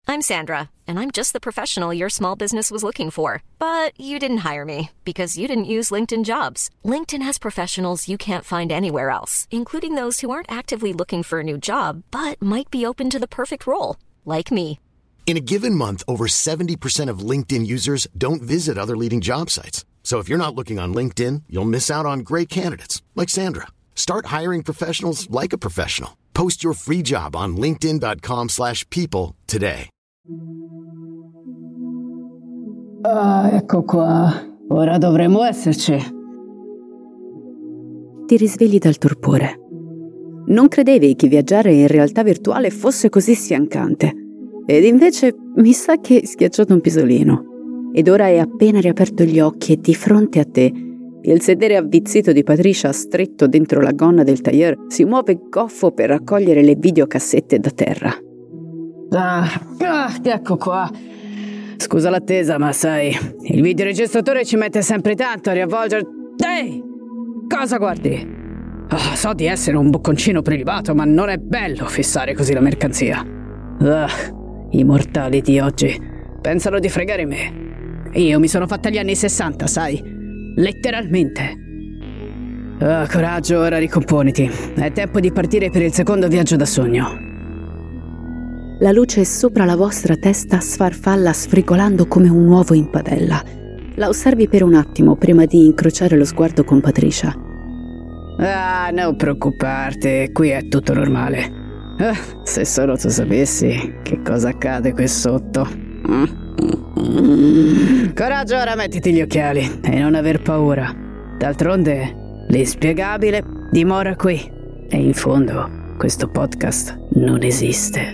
I'm Sandra, and I'm just the professional your small business was looking for. But you didn't hire me because you didn't use LinkedIn Jobs. LinkedIn has professionals you can't find anywhere else, including those who aren't actively looking for a new job, but might be open to the perfect role, like me. In a given month, over 70% of LinkedIn users don't visit other leading job sites. So if you're not looking on LinkedIn, you'll miss out on great candidates like Sandra. Start hiring professionals like a professional. Post your free job on linkedin.com/people today. Ecco qua. Ora dovremmo esserci. Ti risvegli dal torpore. Non credevi che viaggiare in realtà virtuale fosse così sfiancante. Ed invece mi sa che hai schiacciato un pisolino. Ed ora hai appena riaperto gli occhi e di fronte a te il sedere avvizzito di Patricia, stretto dentro la gonna del tailleur, si muove goffo per raccogliere le videocassette da terra. Ecco qua. Scusa l'attesa, ma sai, il videoregistratore ci mette sempre tanto a riavvolgere... Ehi! Cosa guardi? So di essere un bocconcino prelibato, ma non è bello fissare così la mercanzia. I mortali di oggi pensano di fregare me. Io mi sono fatta gli anni 60, sai? Letteralmente. Coraggio, ora ricomponiti. È tempo di partire per il secondo viaggio da sogno. La luce sopra la vostra testa sfarfalla sfrigolando come un uovo in padella. La osservi per un attimo prima di incrociare lo sguardo con Patricia. Non preoccuparti, qui è tutto normale. Se solo tu sapessi che cosa accade qui sotto. Coraggio, ora mettiti gli occhiali e non aver paura. D'altronde, l'inspiegabile dimora qui. E in fondo, questo podcast non esiste.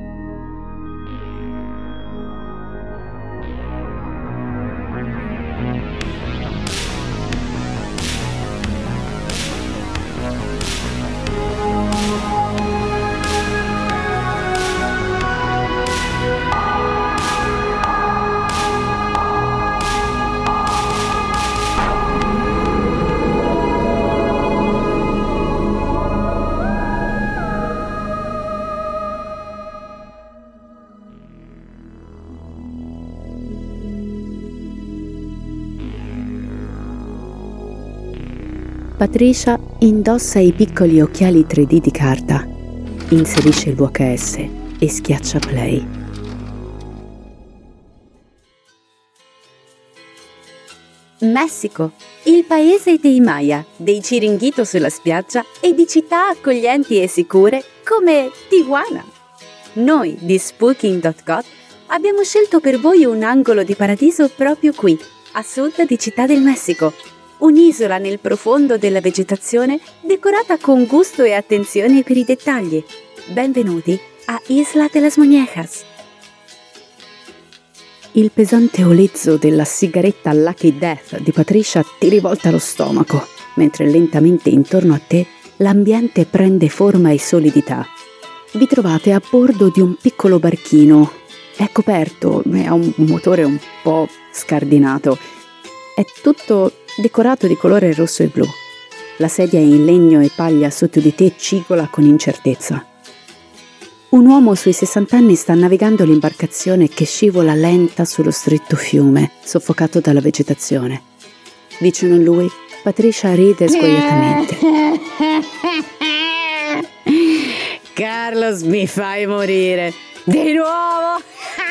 Patricia indossa i piccoli occhiali 3D di carta, inserisce il VHS e schiaccia play. Messico, il paese dei Maya, dei Chiringuito sulla spiaggia e di città accoglienti e sicure come Tijuana. Noi di Spooking.com abbiamo scelto per voi un angolo di paradiso proprio qui, a sud di Città del Messico. Un'isola nel profondo della vegetazione decorata con gusto e attenzione per i dettagli. Benvenuti a Isla de las Muñecas. Il pesante olezzo della sigaretta Lucky Death di Patricia ti rivolta lo stomaco, mentre lentamente intorno a te l'ambiente prende forma e solidità. Vi trovate a bordo di un piccolo barchino. È coperto e ha un motore un po' scardinato. È tutto decorato di colore rosso e blu. La sedia in legno e paglia sotto di te cigola con incertezza. Un uomo sui 60 anni sta navigando l'imbarcazione che scivola lenta sullo stretto fiume, soffocato dalla vegetazione. Vicino a lui, Patricia ride sguaiatamente. Carlos, mi fai morire. Di nuovo?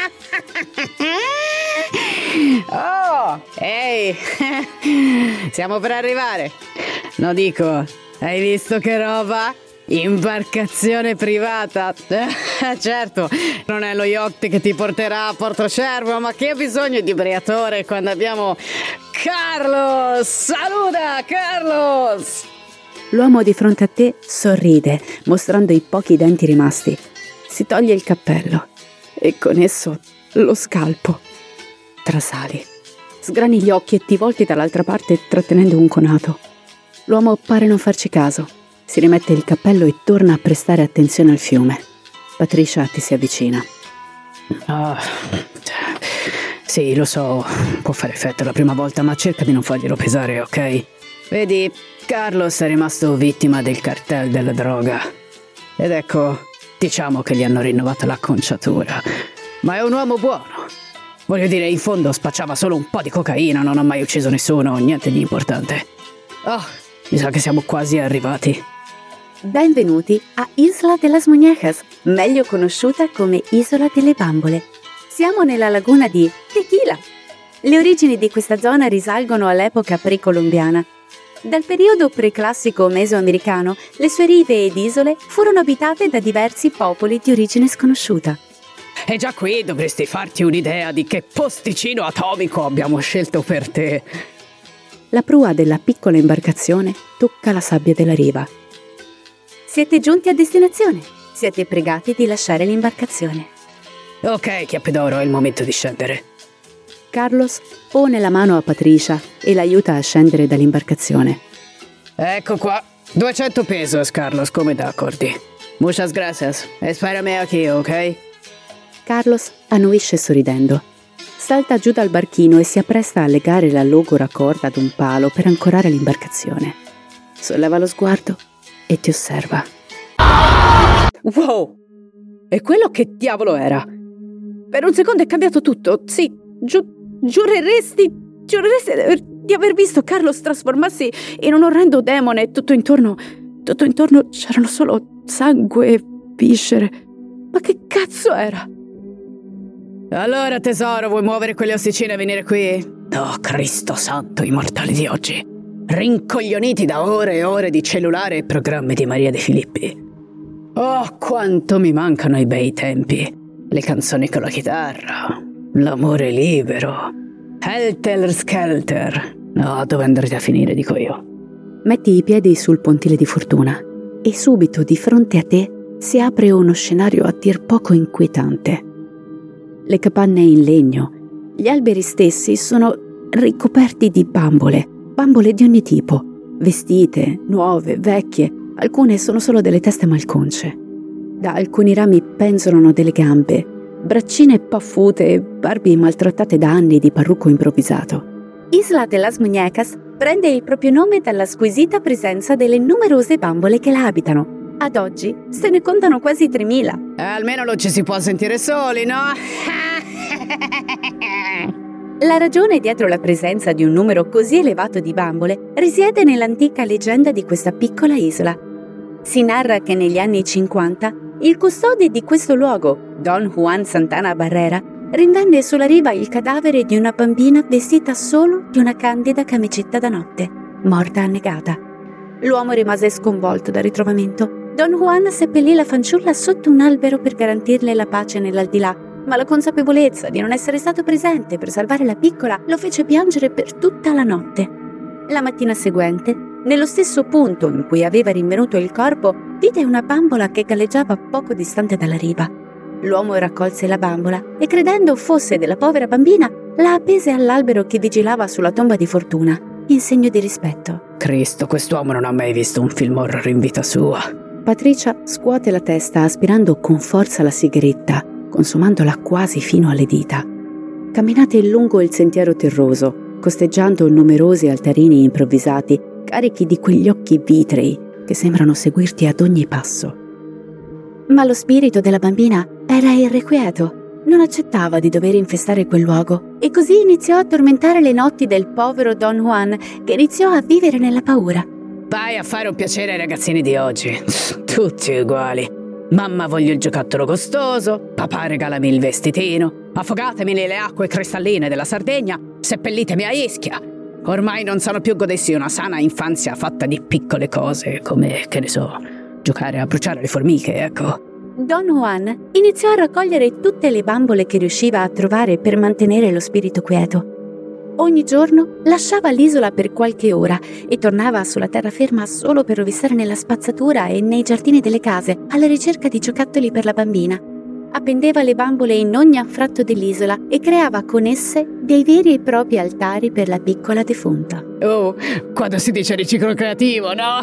Oh, ehi, siamo per arrivare. No, dico, hai visto che roba? Imbarcazione privata. Certo, non è lo yacht che ti porterà a Portocervo, ma che ha bisogno di briatore quando abbiamo Carlos. Saluta, Carlos. L'uomo di fronte a te sorride, mostrando i pochi denti rimasti. Si toglie il cappello e con esso lo scalpo. Trasali, sgrani gli occhi e ti volti dall'altra parte trattenendo un conato. L'uomo pare non farci caso. Si rimette il cappello e torna a prestare attenzione al fiume. Patricia ti si avvicina. Sì, lo so, può fare effetto la prima volta, ma cerca di non farglielo pesare, ok? Vedi, Carlos è rimasto vittima del cartel della droga. Ed ecco, diciamo che gli hanno rinnovato l'acconciatura. ma è un uomo buono. Voglio dire, in fondo spacciava solo un po' di cocaina, non ha mai ucciso nessuno, niente di importante. Oh, mi sa che siamo quasi arrivati. Benvenuti a Isla de las Muñecas, meglio conosciuta come Isola delle Bambole. Siamo nella laguna di Tequila. Le origini di questa zona risalgono all'epoca precolombiana. Dal periodo preclassico mesoamericano, le sue rive ed isole furono abitate da diversi popoli di origine sconosciuta. E già qui dovresti farti un'idea di che posticino atomico abbiamo scelto per te. La prua della piccola imbarcazione tocca la sabbia della riva. Siete giunti a destinazione. Siete pregati di lasciare l'imbarcazione. Ok, chiappe d'oro, è il momento di scendere. Carlos pone la mano a Patricia e l'aiuta a scendere dall'imbarcazione. Ecco qua, 200 pesos, Carlos, come d'accordi. Muchas gracias, espérame aquí, ok? Carlos annuisce sorridendo. Salta giù dal barchino e si appresta a legare la logora corda ad un palo per ancorare l'imbarcazione. Solleva lo sguardo e ti osserva. Wow! E quello che diavolo era? Per un secondo è cambiato tutto. Sì, giureresti di aver visto Carlos trasformarsi in un orrendo demone e tutto intorno c'erano solo sangue e viscere. Ma che cazzo era? Allora, tesoro, vuoi muovere quelle ossicine e venire qui? Oh, Cristo santo, i mortali di oggi. Rincoglioniti da ore e ore di cellulare e programmi di Maria De Filippi. Oh, quanto mi mancano i bei tempi. Le canzoni con la chitarra, l'amore libero, Helter Skelter. No, dove andrete a finire, dico io. Metti i piedi sul pontile di fortuna e subito di fronte a te si apre uno scenario a dir poco inquietante. Le capanne in legno, gli alberi stessi sono ricoperti di bambole di ogni tipo, vestite, nuove, vecchie, alcune sono solo delle teste malconce. Da alcuni rami penzolano delle gambe, braccine paffute e barbi maltrattate da anni di parrucco improvvisato. Isla de las Muñecas prende il proprio nome dalla squisita presenza delle numerose bambole che la abitano. Ad oggi se ne contano quasi 3.000. Almeno non ci si può sentire soli, no? La ragione dietro la presenza di un numero così elevato di bambole risiede nell'antica leggenda di questa piccola isola. Si narra che negli anni 50 il custode di questo luogo, Don Juan Santana Barrera, rinvenne sulla riva il cadavere di una bambina vestita solo di una candida camicetta da notte, morta annegata. L'uomo rimase sconvolto dal ritrovamento. Don Juan seppellì la fanciulla sotto un albero per garantirle la pace nell'aldilà, ma la consapevolezza di non essere stato presente per salvare la piccola lo fece piangere per tutta la notte. La mattina seguente, nello stesso punto in cui aveva rinvenuto il corpo, vide una bambola che galleggiava poco distante dalla riva. L'uomo raccolse la bambola e, credendo fosse della povera bambina, la appese all'albero che vigilava sulla tomba di Fortuna, in segno di rispetto. Cristo, quest'uomo non ha mai visto un film horror in vita sua. Patricia scuote la testa aspirando con forza la sigaretta, consumandola quasi fino alle dita. Camminate lungo il sentiero terroso, costeggiando numerosi altarini improvvisati, carichi di quegli occhi vitrei che sembrano seguirti ad ogni passo. Ma lo spirito della bambina era irrequieto, non accettava di dover infestare quel luogo e così iniziò a tormentare le notti del povero Don Juan, che iniziò a vivere nella paura. Vai a fare un piacere ai ragazzini di oggi, tutti uguali. Mamma, voglio il giocattolo costoso, papà regalami il vestitino, affogatemi nelle acque cristalline della Sardegna, seppellitemi a Ischia. Ormai non sono più godessi una sana infanzia fatta di piccole cose, come, che ne so, giocare a bruciare le formiche, ecco. Don Juan iniziò a raccogliere tutte le bambole che riusciva a trovare per mantenere lo spirito quieto. Ogni giorno lasciava l'isola per qualche ora e tornava sulla terraferma solo per rovistare nella spazzatura e nei giardini delle case alla ricerca di giocattoli per la bambina. Appendeva le bambole in ogni anfratto dell'isola e creava con esse dei veri e propri altari per la piccola defunta. Oh, quando si dice riciclo creativo, no?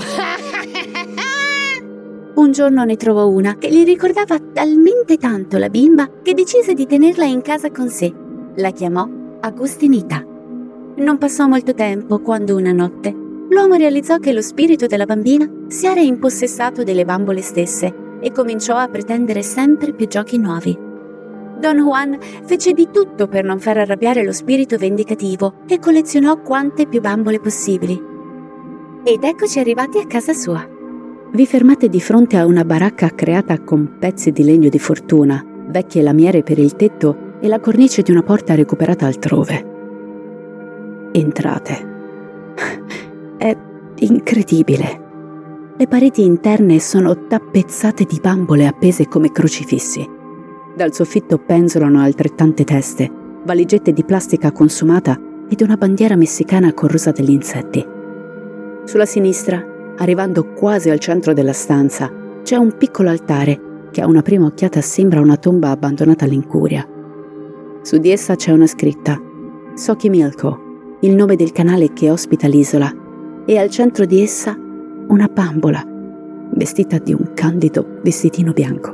Un giorno ne trovò una che gli ricordava talmente tanto la bimba che decise di tenerla in casa con sé. La chiamò Agustinita. Non passò molto tempo quando una notte l'uomo realizzò che lo spirito della bambina si era impossessato delle bambole stesse e cominciò a pretendere sempre più giochi nuovi. Don Juan fece di tutto per non far arrabbiare lo spirito vendicativo e collezionò quante più bambole possibili. Ed eccoci arrivati a casa sua. Vi fermate di fronte a una baracca creata con pezzi di legno di fortuna, vecchie lamiere per il tetto e la cornice di una porta recuperata altrove. Entrate. È incredibile. Le pareti interne sono tappezzate di bambole appese come crocifissi. Dal soffitto penzolano altrettante teste, valigette di plastica consumata ed una bandiera messicana corrosa dagli insetti. Sulla sinistra, arrivando quasi al centro della stanza, c'è un piccolo altare che a una prima occhiata sembra una tomba abbandonata all'incuria. Su di essa c'è una scritta: Xochimilco, il nome del canale che ospita l'isola, e al centro di essa una bambola, vestita di un candido vestitino bianco.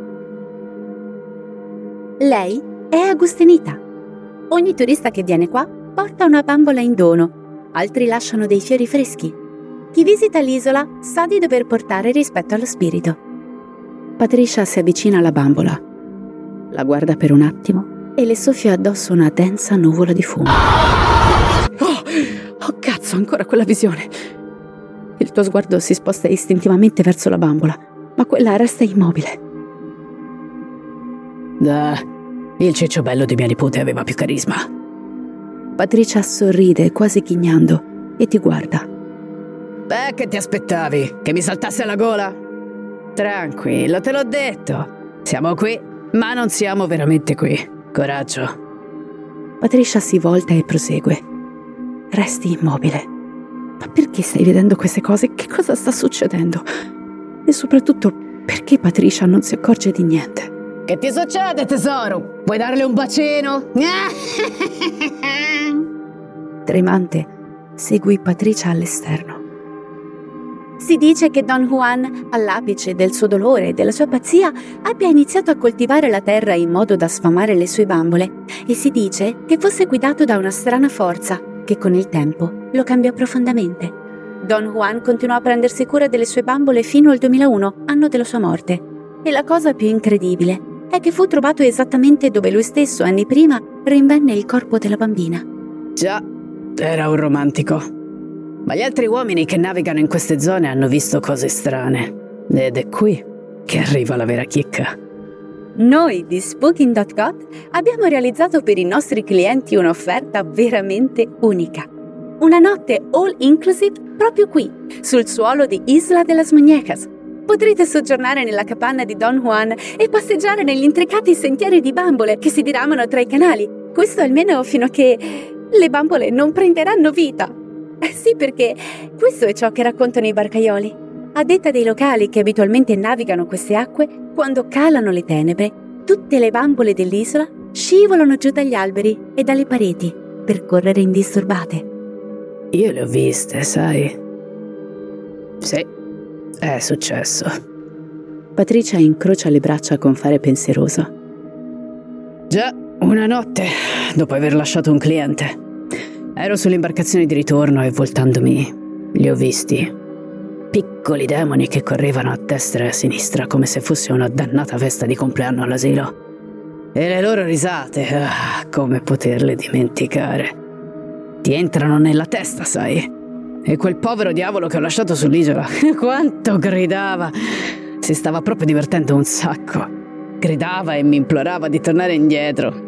Lei è Agustinita. Ogni turista che viene qua porta una bambola in dono, altri lasciano dei fiori freschi. Chi visita l'isola sa di dover portare rispetto allo spirito. Patricia si avvicina alla bambola, la guarda per un attimo e le soffia addosso una densa nuvola di fumo. Oh cazzo, ancora quella visione! Il tuo sguardo si sposta istintivamente verso la bambola, ma quella resta immobile. Il ciccio bello di mia nipote aveva più carisma. Patricia sorride, quasi ghignando, e ti guarda. Beh, che ti aspettavi? Che mi saltasse alla gola? Tranquillo, te l'ho detto. Siamo qui, ma non siamo veramente qui. Coraggio. Patricia si volta e prosegue. Resti immobile. Ma perché stai vedendo queste cose? Che cosa sta succedendo? E soprattutto, perché Patricia non si accorge di niente? Che ti succede, tesoro? Vuoi darle un bacino? Tremante, segui Patricia all'esterno. Si dice che Don Juan, all'apice del suo dolore e della sua pazzia, abbia iniziato a coltivare la terra in modo da sfamare le sue bambole, e si dice che fosse guidato da una strana forza che con il tempo lo cambiò profondamente. Don Juan continuò a prendersi cura delle sue bambole fino al 2001, anno della sua morte. E la cosa più incredibile è che fu trovato esattamente dove lui stesso, anni prima, rinvenne il corpo della bambina. Già, era un romantico. Ma gli altri uomini che navigano in queste zone hanno visto cose strane. Ed è qui che arriva la vera chicca. Noi di Spooking.got abbiamo realizzato per i nostri clienti un'offerta veramente unica. Una notte all inclusive proprio qui, sul suolo di Isla de las Muñecas. Potrete soggiornare nella capanna di Don Juan e passeggiare negli intricati sentieri di bambole che si diramano tra i canali. Questo almeno fino a che le bambole non prenderanno vita. Sì, perché questo è ciò che raccontano i barcaioli. A detta dei locali che abitualmente navigano queste acque, quando calano le tenebre, tutte le bambole dell'isola scivolano giù dagli alberi e dalle pareti per correre indisturbate. Io le ho viste, sai? Sì, è successo. Patricia incrocia le braccia con fare pensieroso. Già, una notte, dopo aver lasciato un cliente, ero sull'imbarcazione di ritorno e voltandomi li ho visti. Piccoli demoni che correvano a destra e a sinistra come se fosse una dannata festa di compleanno all'asilo. E le loro risate, come poterle dimenticare? Ti entrano nella testa, sai? E quel povero diavolo che ho lasciato sull'isola, quanto gridava! Si stava proprio divertendo un sacco. Gridava e mi implorava di tornare indietro.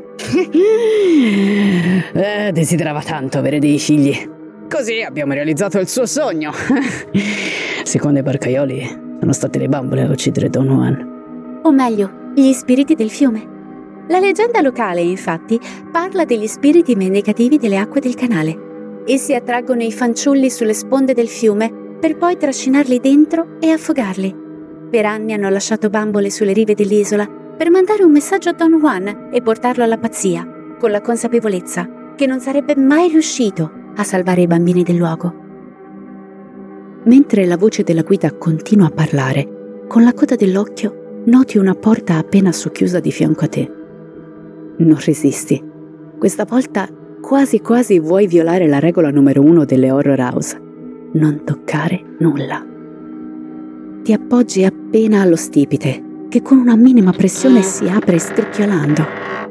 Desiderava tanto avere dei figli. Così abbiamo realizzato il suo sogno. Secondo i barcaioli sono state le bambole a uccidere Don Juan. O meglio, gli spiriti del fiume. La leggenda locale, infatti, parla degli spiriti vendicativi delle acque del canale. Essi attraggono i fanciulli sulle sponde del fiume per poi trascinarli dentro e affogarli. Per anni hanno lasciato bambole sulle rive dell'isola per mandare un messaggio a Don Juan e portarlo alla pazzia, con la consapevolezza che non sarebbe mai riuscito a salvare i bambini del luogo. Mentre la voce della guida continua a parlare, con la coda dell'occhio noti una porta appena socchiusa di fianco a te. Non resisti. Questa volta quasi quasi vuoi violare la regola numero 1 delle horror house: non toccare nulla. Ti appoggi appena allo stipite, che con una minima pressione si apre scricchiolando.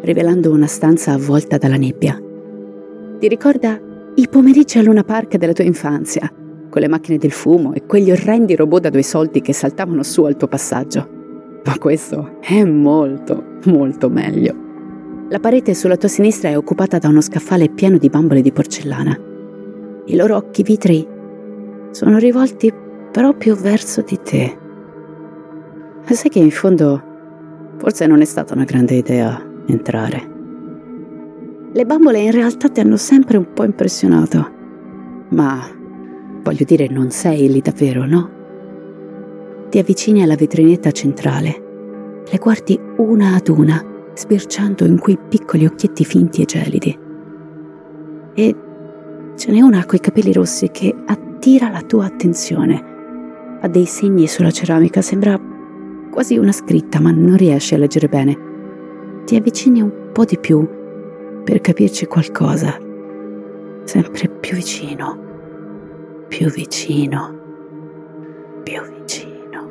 rivelando una stanza avvolta dalla nebbia. Ti ricorda i pomeriggi a Luna Park della tua infanzia, con le macchine del fumo e quegli orrendi robot da 2 soldi che saltavano su al tuo passaggio. Ma questo è molto, molto meglio. La parete sulla tua sinistra è occupata da uno scaffale pieno di bambole di porcellana. I loro occhi vitrei sono rivolti proprio verso di te. E sai che in fondo forse non è stata una grande idea entrare. Le bambole in realtà ti hanno sempre un po' impressionato. Ma, voglio dire, non sei lì davvero, no? Ti avvicini alla vetrinetta centrale. Le guardi una ad una, sbirciando in quei piccoli occhietti finti e gelidi. E ce n'è una coi capelli rossi che attira la tua attenzione. Ha dei segni sulla ceramica, sembra quasi una scritta, ma non riesci a leggere bene. Ti avvicini un po' di più per capirci qualcosa. Sempre più vicino, più vicino, più vicino.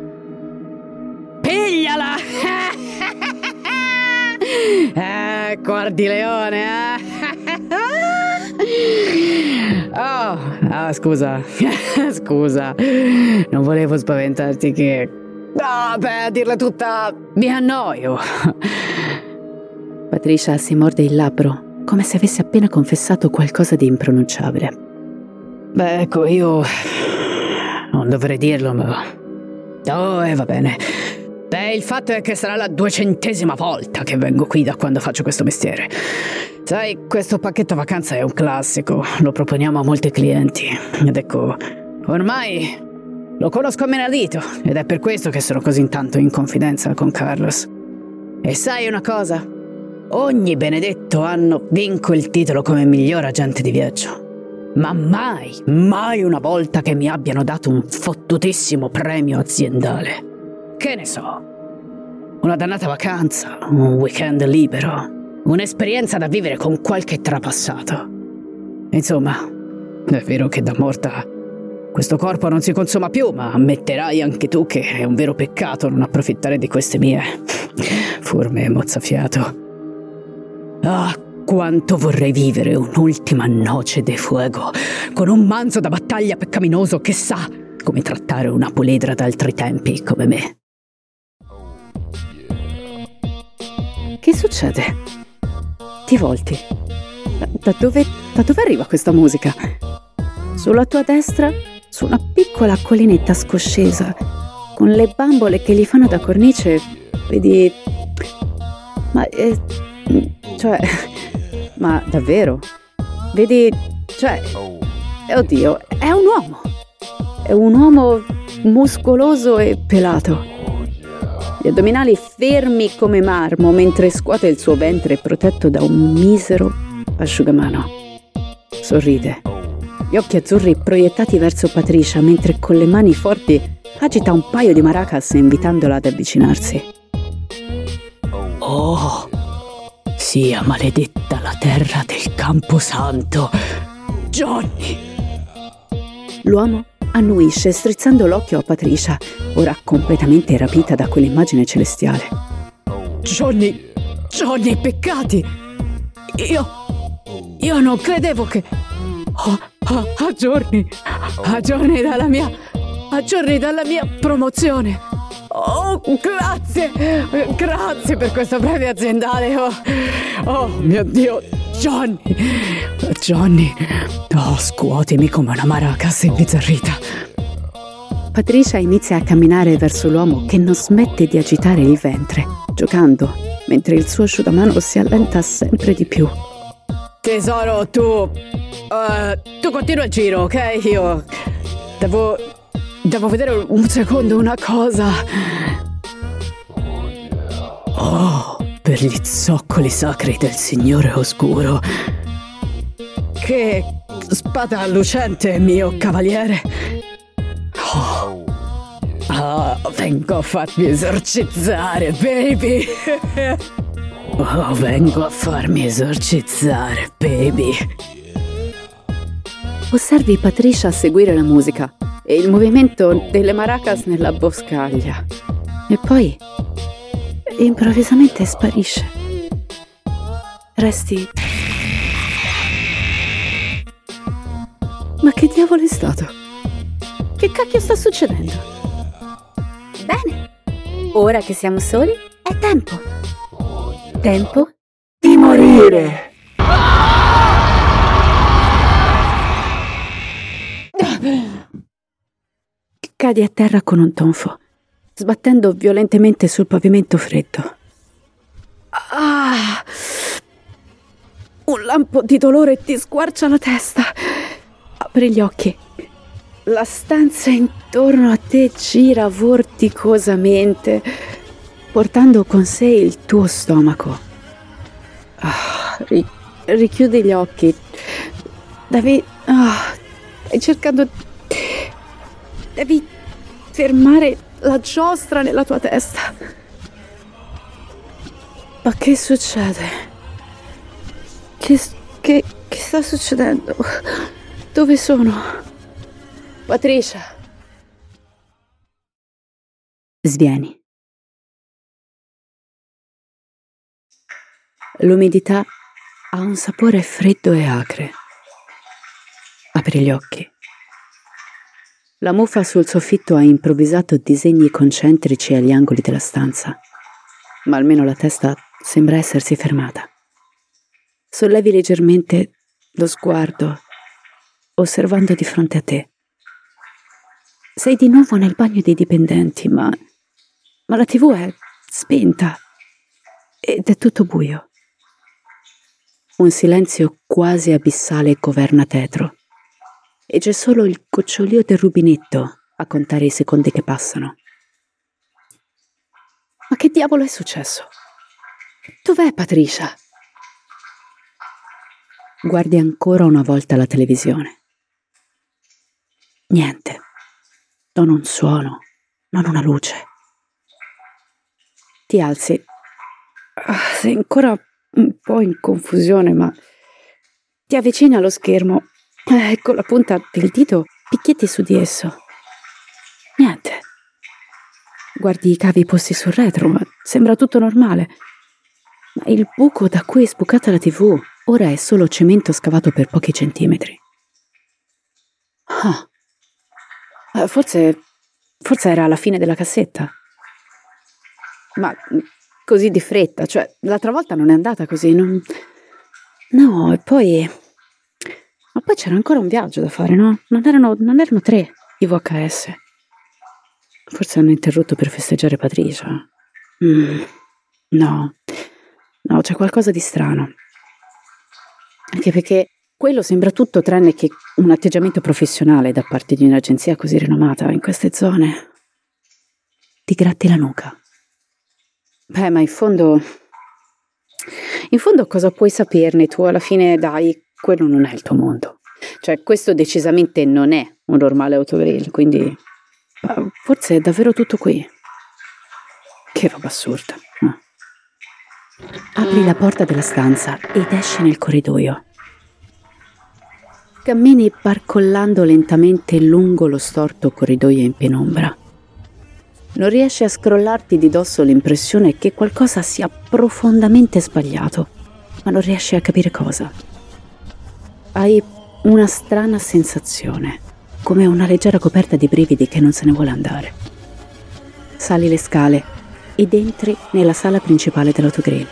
Pigliala! Guardi leone, Oh, scusa. Scusa. Non volevo spaventarti che... a dirla tutta, mi annoio. Patricia si morde il labbro, come se avesse appena confessato qualcosa di impronunciabile. Beh, ecco, io... non dovrei dirlo, ma... va bene. Beh, il fatto è che sarà la 200ª volta che vengo qui da quando faccio questo mestiere. Sai, questo pacchetto vacanza è un classico, lo proponiamo a molti clienti. Ed ecco, ormai lo conosco a menadito, ed è per questo che sono così tanto in confidenza con Carlos. E sai una cosa? Ogni benedetto anno vinco il titolo come miglior agente di viaggio. Ma mai una volta che mi abbiano dato un fottutissimo premio aziendale. Che ne so, una dannata vacanza, un weekend libero, un'esperienza da vivere con qualche trapassato. Insomma, è vero che da morta questo corpo non si consuma più, ma ammetterai anche tu che è un vero peccato non approfittare di queste mie forme mozzafiato. Quanto vorrei vivere un'ultima noce de fuego con un manzo da battaglia peccaminoso che sa come trattare una puledra d'altri tempi come me. Che succede? Ti volti. Da dove arriva questa musica? Sulla tua destra, su una piccola collinetta scoscesa, con le bambole che gli fanno da cornice, vedi... Ma davvero? Vedi... Oddio, è un uomo! È un uomo muscoloso e pelato. Gli addominali fermi come marmo mentre scuote il suo ventre protetto da un misero asciugamano. Sorride. Gli occhi azzurri proiettati verso Patricia mentre con le mani forti agita un paio di maracas invitandola ad avvicinarsi. Oh, sia maledetta la terra del Camposanto, Johnny! L'uomo annuisce strizzando l'occhio a Patricia, ora completamente rapita da quell'immagine celestiale. Johnny, peccati! Io non credevo che... A giorni dalla mia promozione. Oh, grazie per questo premio aziendale. Oh mio Dio, Johnny, scuotimi come una maracas imbizzarrita. Patricia inizia a camminare verso l'uomo che non smette di agitare il ventre, giocando, mentre il suo asciugamano si allenta sempre di più. Tesoro, tu continua il giro, ok? Io devo vedere un secondo una cosa. Oh, per gli zoccoli sacri del Signore Oscuro. Che spada lucente, mio cavaliere. Vengo a farmi esorcizzare, baby. Vengo a farmi esorcizzare, baby. Osservi Patricia seguire la musica e il movimento delle maracas nella boscaglia. E poi improvvisamente sparisce. sapresti... Ma che diavolo è stato? Che cacchio sta succedendo? Bene, ora che siamo soli, è tempo. Tempo di morire. Cadi a terra con un tonfo, sbattendo violentemente sul pavimento freddo. Un lampo di dolore ti squarcia la testa. Apri gli occhi. La stanza intorno a te gira vorticosamente, portando con sé il tuo stomaco. Richiudi gli occhi. Stai cercando... Devi fermare la giostra nella tua testa. Ma che succede? Che sta succedendo? Dove sono? Patricia. Svieni. L'umidità ha un sapore freddo e acre. Apri gli occhi. La muffa sul soffitto ha improvvisato disegni concentrici agli angoli della stanza, ma almeno la testa sembra essersi fermata. Sollevi leggermente lo sguardo, osservando di fronte a te. Sei di nuovo nel bagno dei dipendenti, ma la TV è spenta ed è tutto buio. Un silenzio quasi abissale governa tetro. E c'è solo il gocciolio del rubinetto a contare i secondi che passano. Ma che diavolo è successo? Dov'è Patricia? Guardi ancora una volta la televisione. Niente. Non un suono, non una luce. Ti alzi. Sei ancora un po' in confusione, ma ti avvicini allo schermo. Con la punta del dito picchietti su di esso. Niente. Guardi i cavi posti sul retro, ma sembra tutto normale. Ma il buco da cui è sbucata la TV ora è solo cemento scavato per pochi centimetri. Forse era alla fine della cassetta. Ma così di fretta, cioè l'altra volta non è andata così, non... No, e poi... Ma poi c'era ancora un viaggio da fare, no? Non erano 3 i VHS. Forse hanno interrotto per festeggiare Patricia. No, c'è qualcosa di strano. Anche perché quello sembra tutto tranne che un atteggiamento professionale da parte di un'agenzia così rinomata in queste zone. Ti gratti la nuca. Beh, ma in fondo cosa puoi saperne tu? Alla fine, dai, quello non è il tuo mondo. Cioè, questo decisamente non è un normale autogrill, quindi forse è davvero tutto qui. Che roba assurda. Apri la porta della stanza ed esci nel corridoio. Cammini barcollando lentamente lungo lo storto corridoio in penombra. Non riesci a scrollarti di dosso l'impressione che qualcosa sia profondamente sbagliato, ma non riesci a capire cosa. Hai una strana sensazione, come una leggera coperta di brividi che non se ne vuole andare. Sali le scale ed entri nella sala principale dell'autogrill.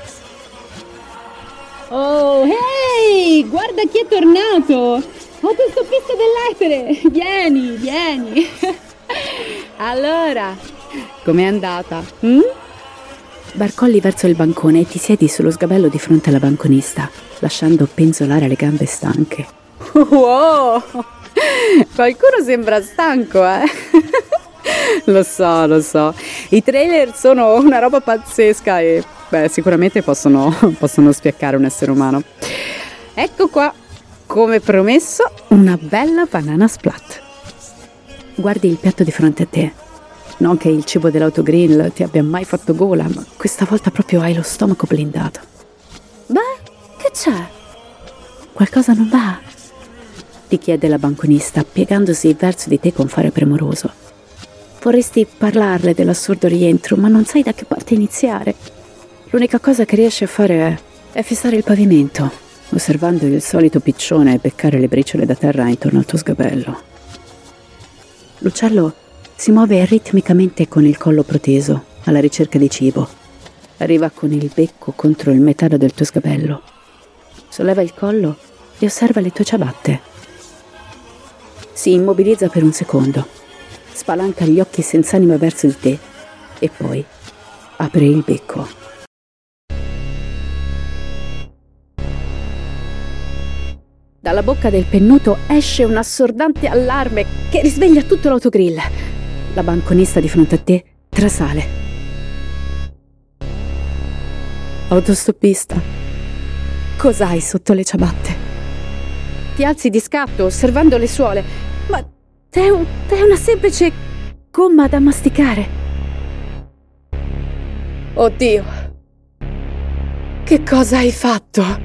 Oh, hey! Guarda chi è tornato! Autostoppista dell'etere! Vieni! Allora, com'è andata? Barcolli verso il bancone e ti siedi sullo sgabello di fronte alla banconista, lasciando penzolare le gambe stanche. Wow! Qualcuno sembra stanco, eh? Lo so. I trailer sono una roba pazzesca e, sicuramente possono spiaccare un essere umano. Ecco qua, come promesso, una bella banana splat. Guardi il piatto di fronte a te. Non che il cibo dell'autogrill ti abbia mai fatto gola, ma questa volta proprio hai lo stomaco blindato. Beh, che c'è? Qualcosa non va? Ti chiede la banconista, piegandosi verso di te con fare premuroso. Vorresti parlarle dell'assurdo rientro, ma non sai da che parte iniziare. L'unica cosa che riesci a fare è fissare il pavimento, osservando il solito piccione beccare le briciole da terra intorno al tuo sgabello. L'uccello si muove ritmicamente con il collo proteso, alla ricerca di cibo. Arriva con il becco contro il metallo del tuo sgabello. Solleva il collo e osserva le tue ciabatte. Si immobilizza per un secondo, spalanca gli occhi senza anima verso di te e poi apre il becco. Dalla bocca del pennuto esce un assordante allarme che risveglia tutto l'autogrill. La banconista di fronte a te trasale. Autostoppista, cos'hai sotto le ciabatte? Ti alzi di scatto osservando le suole, ma è una semplice gomma da masticare. Oddio, che cosa hai fatto?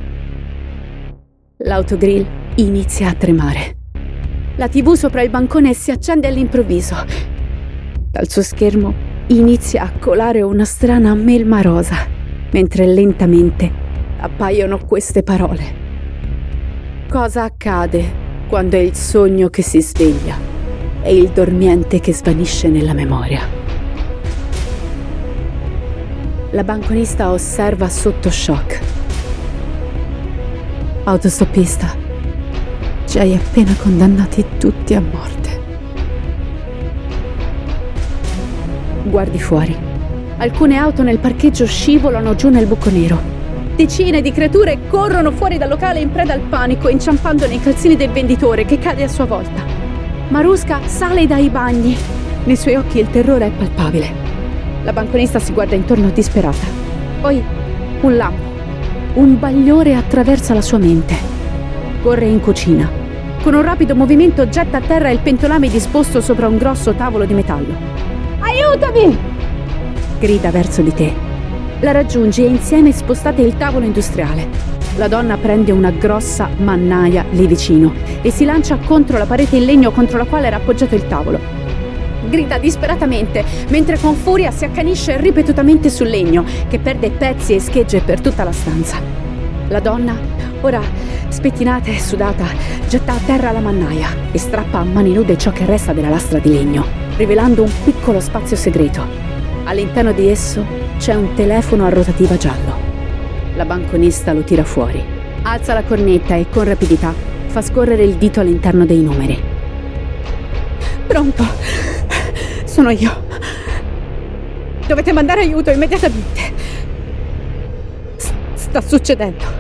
L'autogrill inizia a tremare. La TV sopra il bancone si accende all'improvviso. Dal suo schermo inizia a colare una strana melma rosa, mentre lentamente appaiono queste parole. Cosa accade quando è il sogno che si sveglia e il dormiente che svanisce nella memoria? La banconista osserva sotto shock. Autostoppista, ci hai appena condannati tutti a morte. Guardi fuori. Alcune auto nel parcheggio scivolano giù nel buco nero. Decine di creature corrono fuori dal locale in preda al panico, inciampando nei calzini del venditore che cade a sua volta. Marusca sale dai bagni. Nei suoi occhi il terrore è palpabile. La banconista si guarda intorno disperata. Poi un lampo. Un bagliore attraversa la sua mente. Corre in cucina. Con un rapido movimento getta a terra il pentolame disposto sopra un grosso tavolo di metallo. Aiutami! Grida verso di te. La raggiungi e insieme spostate il tavolo industriale. La donna prende una grossa mannaia lì vicino e si lancia contro la parete in legno contro la quale era appoggiato il tavolo. Grida disperatamente, mentre con furia si accanisce ripetutamente sul legno, che perde pezzi e schegge per tutta la stanza. La donna, ora spettinata e sudata, getta a terra la mannaia e strappa a mani nude ciò che resta della lastra di legno, rivelando un piccolo spazio segreto. All'interno di esso c'è un telefono a rotativa giallo. La banconista lo tira fuori, alza la cornetta e con rapidità fa scorrere il dito all'interno dei numeri. Pronto? Sono io. Dovete mandare aiuto immediatamente. Sta succedendo.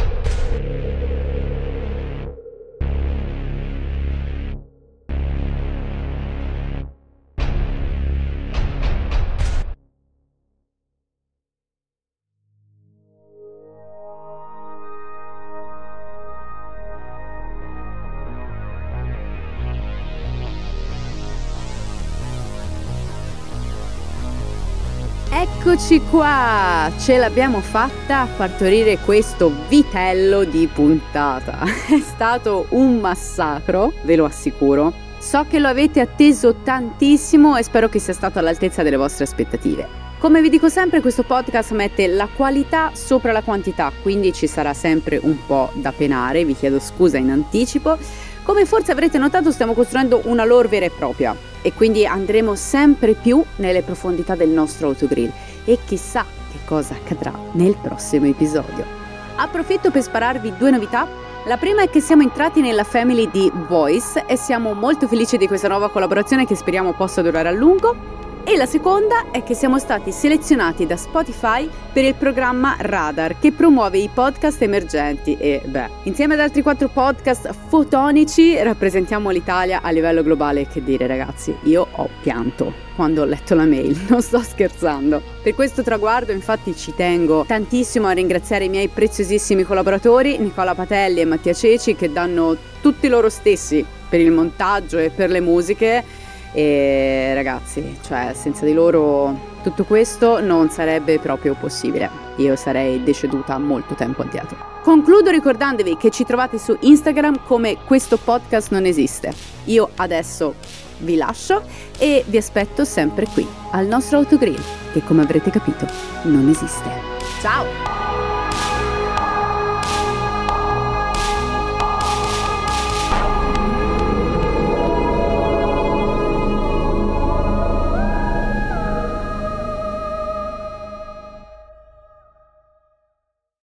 Eccoci qua, ce l'abbiamo fatta a partorire questo vitello di puntata. È stato un massacro, ve lo assicuro. So che lo avete atteso tantissimo e spero che sia stato all'altezza delle vostre aspettative. Come vi dico sempre, questo podcast mette la qualità sopra la quantità, quindi ci sarà sempre un po' da penare, vi chiedo scusa in anticipo. Come forse avrete notato, stiamo costruendo una lore vera e propria e quindi andremo sempre più nelle profondità del nostro autogrill e chissà che cosa accadrà nel prossimo episodio. Approfitto per spararvi 2 novità. La prima è che siamo entrati nella family di Voice e siamo molto felici di questa nuova collaborazione che speriamo possa durare a lungo. E la seconda è che siamo stati selezionati da Spotify per il programma Radar, che promuove i podcast emergenti e, insieme ad altri 4 podcast fotonici rappresentiamo l'Italia a livello globale. Che dire, ragazzi, io ho pianto quando ho letto la mail, non sto scherzando. Per questo traguardo infatti ci tengo tantissimo a ringraziare i miei preziosissimi collaboratori Nicola Patelli e Mattia Ceci, che danno tutti loro stessi per il montaggio e per le musiche. E ragazzi, cioè senza di loro tutto questo non sarebbe proprio possibile. Io sarei deceduta molto tempo addietro. Concludo ricordandovi che ci trovate su Instagram come Questo Podcast Non Esiste. Io adesso vi lascio e vi aspetto sempre qui al nostro autogrill, che come avrete capito non esiste. Ciao!